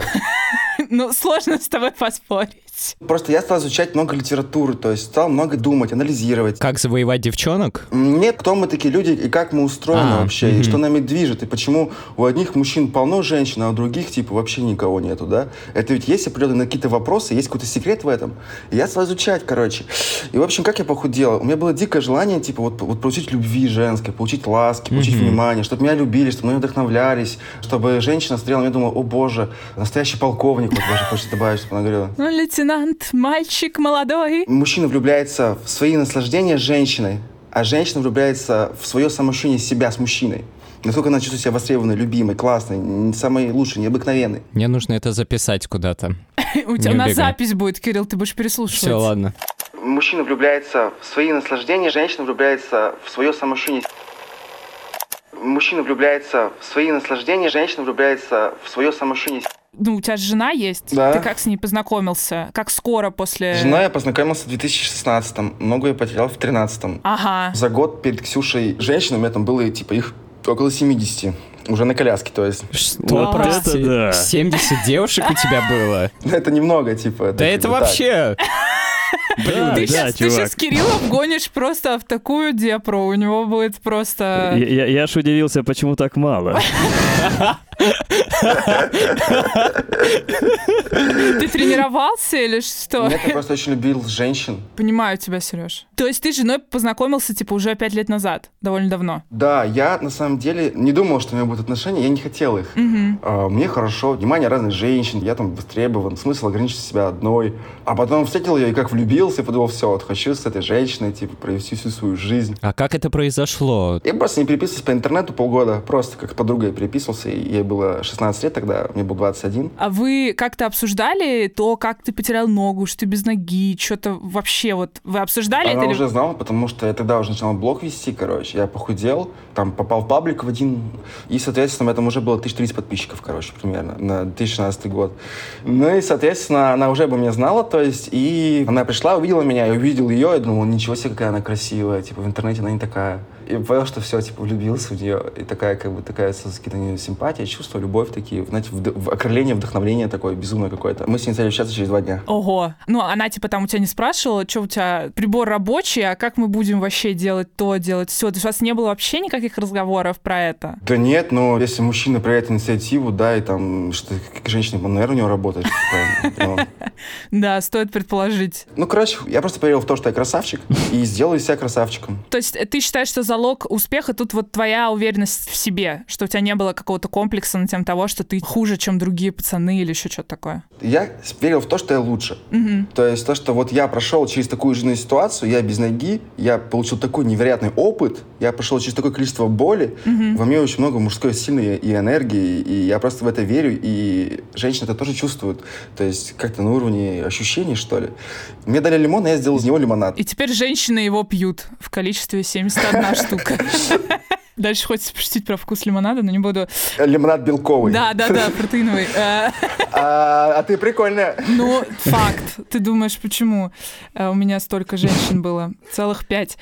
Ну, сложно с тобой поспорить. Просто я стал изучать много литературы, то есть стал много думать, анализировать. Как завоевать девчонок? Нет, кто мы такие люди и как мы устроены А, вообще, мгм. и что нами движет, и почему у одних мужчин полно женщин, а у других, типа, вообще никого нету, да? Это ведь есть определенные какие-то вопросы, есть какой-то секрет в этом. И я стал изучать, короче. И, в общем, как я похудел? У меня было дикое желание, типа, вот, вот получить любви женской, получить ласки, получить Мгм. внимание, чтобы меня любили, чтобы меня вдохновлялись, чтобы женщина смотрела на меня и думала: о боже, настоящий полковник, вот даже хочется добавить, чтобы она говорила. Ну, лейтенант, мальчик молодой. Мужчина влюбляется в свои наслаждения с женщиной, а женщина влюбляется в свое самоощущение себя с мужчиной. Насколько она чувствует себя востребованной, любимой, классной, н- самой лучшей, необыкновенной. Мне нужно это записать куда-то. У тебя Не у нас убегай. запись будет, Кирилл, ты будешь переслушивать. Все, ладно. Мужчина влюбляется в свои наслаждения, женщина влюбляется в свое самоощущение. мужчина влюбляется в свои наслаждения, женщина влюбляется в свое самоощущение. Ну, у тебя же жена есть. Да. Ты как с ней познакомился? Как скоро после... С женой я познакомился в две тысячи шестнадцатом. Много я потерял в две тысячи тринадцатом. Ага. За год перед Ксюшей женщин у меня там было, типа, их около семидесяти. Уже на коляске, то есть. Что, Вот прости, это да. семьдесят девушек у тебя было? Это немного, типа. Да это вообще... Да, Ты да, сейчас, ты чувак. сейчас Кириллов гонишь просто в такую депру. У него будет просто... Я, я, я аж удивился, почему так мало. Ты тренировался или что? Нет, я просто очень любил женщин. Понимаю тебя, Сереж. То есть ты с женой познакомился, типа, уже пять лет назад, довольно давно. Да, я на самом деле не думал, что у меня будут отношения, я не хотел их. Мгм. А, Мне хорошо, внимание разных женщин, я там востребован, смысл ограничить себя одной. А потом встретил ее и как влюбился, и подумал, все, вот хочу с этой женщиной, типа, провести всю свою жизнь. А как это произошло? Я просто не переписывался по интернету полгода, просто как с подругой переписывался, и ей было шестнадцать лет тогда, мне был двадцать один. А вы как-то обсуждали то, как ты потерял ногу, что ты без ноги, что-то вообще вот... Вы обсуждали Она это? или- уже знала, потому что я тогда уже начинал блог вести, короче. Я похудел, там попал в паблик в один, и, соответственно, в этом уже было тысяча тридцать подписчиков, короче, примерно, на две тысячи шестнадцатый год. Ну и, соответственно, она уже обо мне знала, то есть, и она пришла, увидела меня, я увидел ее, я думал, ничего себе, какая она красивая, типа, в интернете она не такая. И понял, что все, типа, влюбился в нее, и такая, как бы, такая какая-то на нее симпатия, чувство, любовь такие, знаете, вд- в окрыление, вдохновление такое безумное какое-то. Мы с ней стали общаться через два дня. Ого. Ну, она, типа, там у тебя не спрашивала, что у тебя прибор рабочий, а как мы будем вообще делать то, делать все. То есть у вас не было вообще никаких разговоров про это? Да нет, но если мужчина проявляет инициативу, да, и там, что как женщина, он, наверное, у него работает. Типа, ну. Да, стоит предположить. Ну, короче, я просто поверил в то, что я красавчик, и сделал из себя красавчиком. То есть ты считаешь, что залог успеха тут вот твоя уверенность в себе, что у тебя не было какого-то комплекса на тему того, что ты хуже, чем другие пацаны или еще что-то такое? Я верил в то, что я лучше. Мгм. То есть то, что вот я прошел через такую жизненную ситуацию, я без ноги, я получил такой невероятный опыт, я прошел через такое количество боли, Мгм. во мне очень много мужской силы и энергии, и я просто в это верю, и женщины это тоже чувствуют. То есть как-то на уровне ощущений, что ли. Мне дали лимон, и я сделал из него лимонад. И теперь женщины его пьют в количестве семьдесят одна штука. Дальше хочется пошутить про вкус лимонада, но не буду. Лимонад белковый. Да, да, да, протеиновый. Э, А, а ты прикольная. Ну, факт. Ты думаешь, почему э, у меня столько женщин было? Целых пять.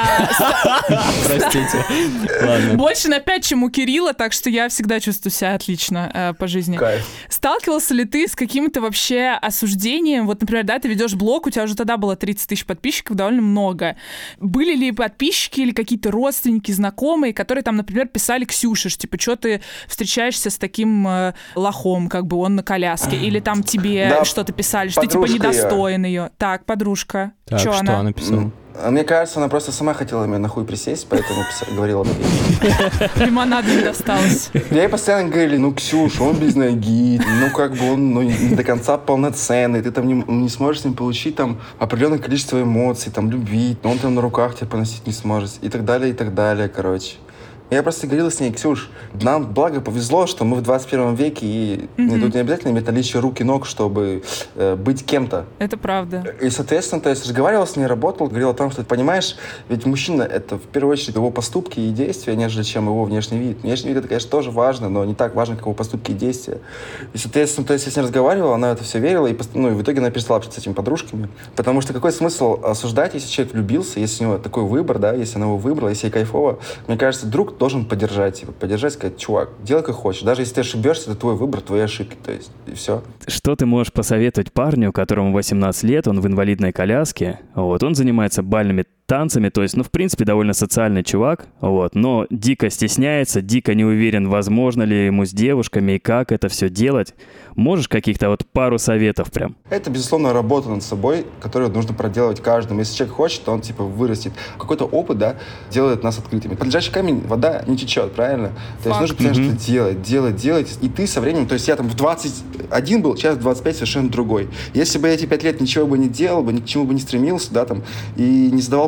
А, Простите. Ладно. Больше на пять, чем у Кирилла, так что я всегда чувствую себя отлично э, по жизни. Кайф. Сталкивался ли ты с каким-то вообще осуждением? Вот, например, да, ты ведешь блог, у тебя уже тогда было тридцать тысяч подписчиков, довольно много. Были ли подписчики или какие-то родственники, знакомые, которые там, например, писали Ксюше, что, типа, что ты встречаешься с таким э, лохом, как бы он на коляске, или там тебе Да, что-то писали, что ты, типа, подружка недостоин ее. Так, подружка. Так, Чё что она? она писала? А мне кажется, она просто сама хотела меня нахуй присесть, поэтому писала- говорила об этом. Лимонада не досталось. Я ей постоянно говорили, ну, Ксюш, он без ноги, ну, как бы он ну, не до конца полноценный, ты там не, не сможешь с ним получить там определенное количество эмоций, там, любви, он там на руках тебя поносить не сможет, и так далее, и так далее, короче. Я просто говорил с ней, Ксюш, нам, благо, повезло, что мы в двадцать первом веке, и Мгм. тут не обязательно иметь наличие рук и ног, чтобы э, быть кем-то. Это правда. И, соответственно, то есть разговаривал с ней, работал, говорил о том, что, ты понимаешь, ведь мужчина — это в первую очередь его поступки и действия, нежели чем его внешний вид. Внешний вид — это, конечно, тоже важно, но не так важно, как его поступки и действия. И, соответственно, то есть я с ней разговаривал, она в это все верила, и, пост- ну, и в итоге она перестала общаться с этими подружками. Потому что какой смысл осуждать, если человек влюбился, если у него такой выбор, да, если она его выбрала, если ей кайфово. Мне кажется, друг должен поддержать, типа, поддержать, сказать, чувак, делай как хочешь. Даже если ты ошибешься, это твой выбор, твои ошибки, то есть, и все. Что ты можешь посоветовать парню, которому восемнадцать лет, он в инвалидной коляске, вот, он занимается бальными танцами, то есть, ну, в принципе, довольно социальный чувак, вот, но дико стесняется, дико не уверен, возможно ли ему с девушками и как это все делать. Можешь каких-то вот пару советов прям? Это, безусловно, работа над собой, которую нужно проделывать каждому. Если человек хочет, то он, типа, вырастет. Какой-то опыт, да, делает нас открытыми. Под лежачий камень вода не течет, правильно? То есть Факт. нужно постоянно Мгм. что-то делать, делать, делать. И ты со временем, то есть я там в двадцать один был, сейчас в двадцать пять совершенно другой. Если бы я эти пять лет ничего бы не делал, бы, ни к чему бы не стремился, да, там, и не задавал бы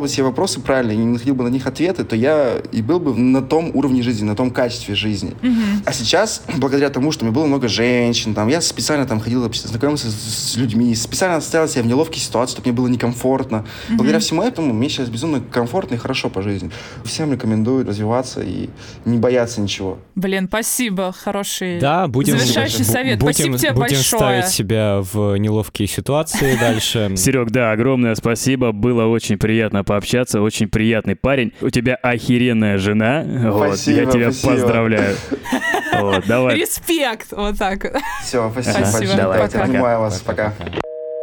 бы себе вопросы правильно и не находил бы на них ответы, то я и был бы на том уровне жизни, на том качестве жизни. Mm-hmm. А сейчас, благодаря тому, что у меня было много женщин, там, я специально там ходил, знакомился с, с людьми, специально ставил себя в неловкие ситуации, чтобы мне было некомфортно. Mm-hmm. Благодаря всему этому мне сейчас безумно комфортно и хорошо по жизни. Всем рекомендую развиваться и не бояться ничего. Блин, спасибо, хороший да, будем, завершающий совет. Будем, спасибо тебе будем большое. ставить себя в неловкие ситуации дальше. Серег, да, огромное спасибо. Было очень приятно пообщаться. Очень приятный парень. У тебя охеренная жена. Спасибо, вот, я тебя спасибо. поздравляю. Вот, давай. Респект, вот так. Все, спасибо. Спасибо. Давай, Пока. обнимаю вас. Пока. Пока.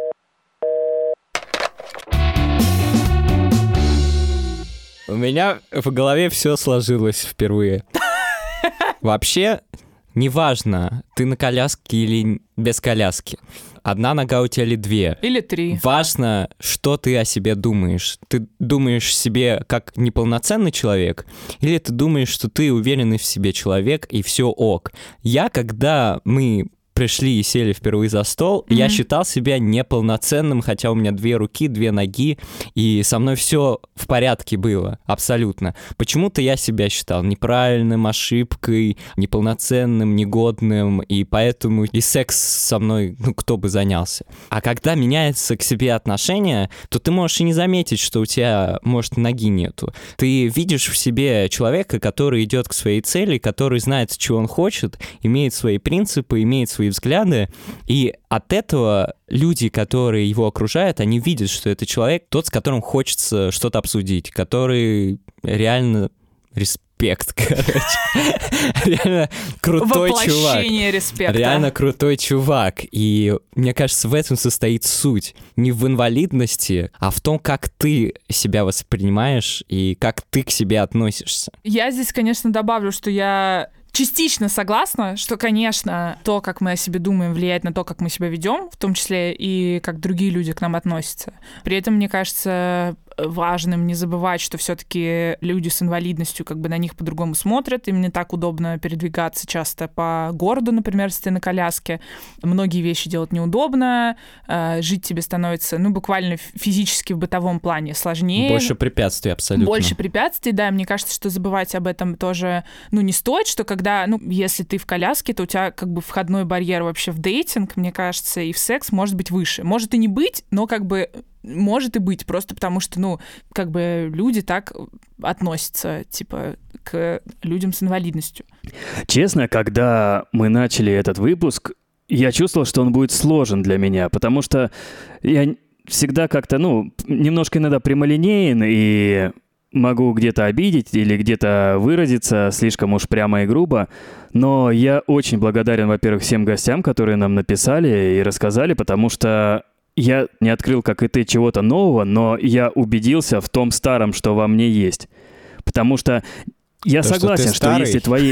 У меня в голове все сложилось впервые. Вообще, неважно, ты на коляске или без коляски. Одна нога у тебя или две. Или три. Важно, что ты о себе думаешь. Ты думаешь о себе как неполноценный человек, или ты думаешь, что ты уверенный в себе человек, и все ок. Я, когда мы пришли и сели впервые за стол, mm-hmm. я считал себя неполноценным, хотя у меня две руки, две ноги, и со мной все в порядке было, абсолютно. Почему-то я себя считал неправильным, ошибкой, неполноценным, негодным, и поэтому и секс со мной, ну, кто бы занялся. А когда меняется к себе отношение, то ты можешь и не заметить, что у тебя, может, ноги нету. Ты видишь в себе человека, который идет к своей цели, который знает, чего он хочет, имеет свои принципы, имеет свои взгляды, и от этого люди, которые его окружают, они видят, что это человек, тот, с которым хочется что-то обсудить, который реально респект, короче. Реально крутой чувак. Воплощение респекта. Реально крутой чувак. И мне кажется, в этом состоит суть. Не в инвалидности, а в том, как ты себя воспринимаешь и как ты к себе относишься. Я здесь, конечно, добавлю, что я частично согласна, что, конечно, то, как мы о себе думаем, влияет на то, как мы себя ведем, в том числе и как другие люди к нам относятся. При этом, мне кажется, важным не забывать, что все-таки люди с инвалидностью как бы на них по-другому смотрят, им не так удобно передвигаться часто по городу, например, если ты на коляске. Многие вещи делать неудобно, жить тебе становится, ну, буквально физически в бытовом плане сложнее. Больше препятствий, абсолютно. Больше препятствий, да, мне кажется, что забывать об этом тоже, ну, не стоит, что когда, ну, если ты в коляске, то у тебя как бы входной барьер вообще в дейтинг, мне кажется, и в секс может быть выше. Может и не быть, но как бы может и быть, просто потому что, ну, как бы люди так относятся, типа, к людям с инвалидностью. Честно, когда мы начали этот выпуск, я чувствовал, что он будет сложен для меня, потому что я всегда как-то, ну, немножко иногда прямолинеен и могу где-то обидеть или где-то выразиться слишком уж прямо и грубо, но я очень благодарен, во-первых, всем гостям, которые нам написали и рассказали, потому что я не открыл, как и ты, чего-то нового, но я убедился в том старом, что во мне есть. Потому что я То, согласен, что, что если твои...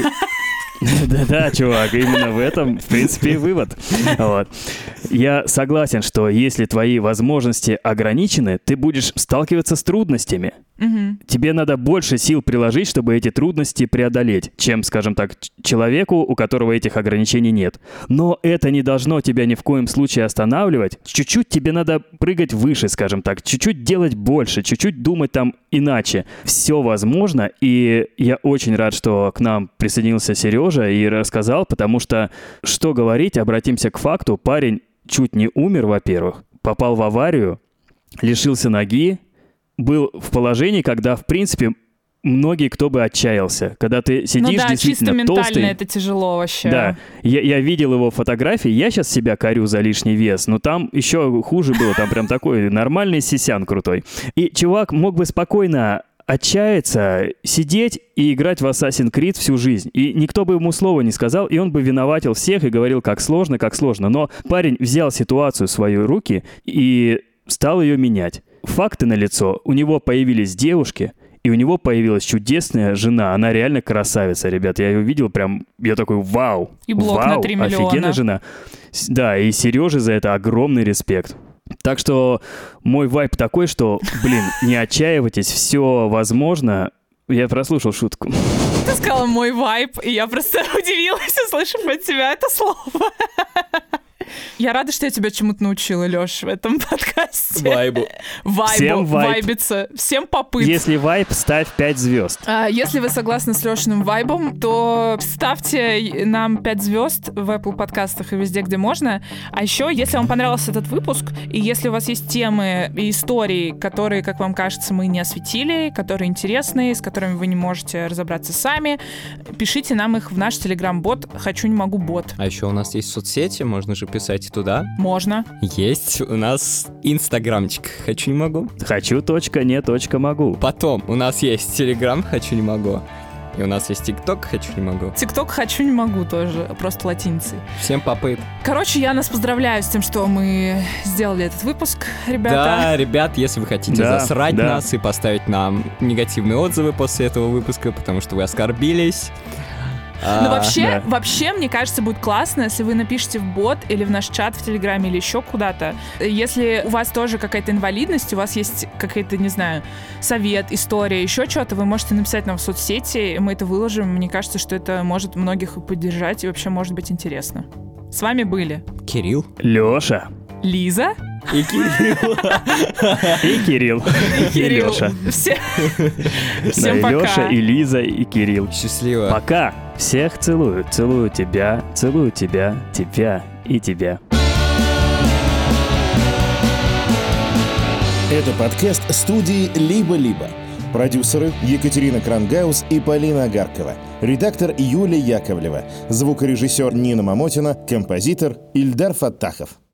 Да-да, чувак, именно в этом, в принципе, и вывод. Вот. Я согласен, что если твои возможности ограничены, ты будешь сталкиваться с трудностями. Угу. Тебе надо больше сил приложить, чтобы эти трудности преодолеть, чем, скажем так, человеку, у которого этих ограничений нет. Но это не должно тебя ни в коем случае останавливать. Чуть-чуть тебе надо прыгать выше, скажем так, чуть-чуть делать больше, чуть-чуть думать там иначе. Все возможно, и я очень рад, что к нам присоединился Сережа и рассказал, потому что, что говорить, обратимся к факту, парень чуть не умер, во-первых, попал в аварию, лишился ноги, был в положении, когда, в принципе, многие кто бы отчаялся. Когда ты сидишь, ну да, действительно чисто ментально толстый. Это тяжело вообще. Да, я, я видел его фотографии, я сейчас себя корю за лишний вес, но там еще хуже было, там прям такой нормальный сисян крутой. И чувак мог бы спокойно отчаяться, сидеть и играть в Assassin's Creed всю жизнь. И никто бы ему слова не сказал, и он бы виноватил всех и говорил, как сложно, как сложно. Но парень взял ситуацию в свои руки и стал ее менять. Факты налицо. У него появились девушки, и у него появилась чудесная жена. Она реально красавица, ребят. Я ее видел прям, я такой, вау. И блок вау, на три миллиона. Офигенная жена. Да, и Сереже за это огромный респект. Так что мой вайб такой, что, блин, не отчаивайтесь, все возможно. Я прослушал шутку. Ты сказала мой вайб, и я просто удивилась, услышав от тебя это слово. Я рада, что я тебя чему-то научила, Лёш, в этом подкасте. Вайбу. Вайбу. Всем вайб. Вайбиться. Всем попыт. Если вайб, ставь пять звезд. А, Если вы согласны с Лешиным вайбом, то ставьте нам пять звезд в Apple подкастах и везде, где можно. А еще, если вам понравился этот выпуск, и если у вас есть темы и истории, которые, как вам кажется, мы не осветили, которые интересные, с которыми вы не можете разобраться сами, пишите нам их в наш телеграм-бот «Хочу, не могу» бот. А еще у нас есть соцсети, можно же писать и туда. Можно. Есть у нас инстаграмчик «Хочу, не могу». Хочу, точка, не, точка, могу. Потом у нас есть телеграм «Хочу, не могу». И у нас есть ТикТок «Хочу, не могу». ТикТок «Хочу, не могу» тоже, просто латиницей. Всем попыт. Короче, я нас поздравляю с тем, что мы сделали этот выпуск, ребята. Да, ребят, если вы хотите Да, засрать да. нас и поставить нам негативные отзывы после этого выпуска, потому что вы оскорбились. Ну, а, вообще, да. вообще, мне кажется, будет классно, если вы напишите в бот или в наш чат в Телеграме или еще куда-то. Если у вас тоже какая-то инвалидность, у вас есть какая-то, не знаю, совет, история, еще что-то, вы можете написать нам в соцсети, мы это выложим. Мне кажется, что это может многих поддержать и вообще может быть интересно. С вами были Кирилл Лёша. Лиза и Кирилл. И Кирилл. и И Лёша. Все... Да, Всем и пока. Лёша, и Лиза, и Кирилл. Счастливо. Пока. Всех целую. Целую тебя, целую тебя, тебя и тебя. Это подкаст студии «Либо-либо». Продюсеры Екатерина Крангаус и Полина Агаркова. Редактор Юлия Яковлева. Звукорежиссер Нина Мамотина. Композитор Ильдар Фаттахов.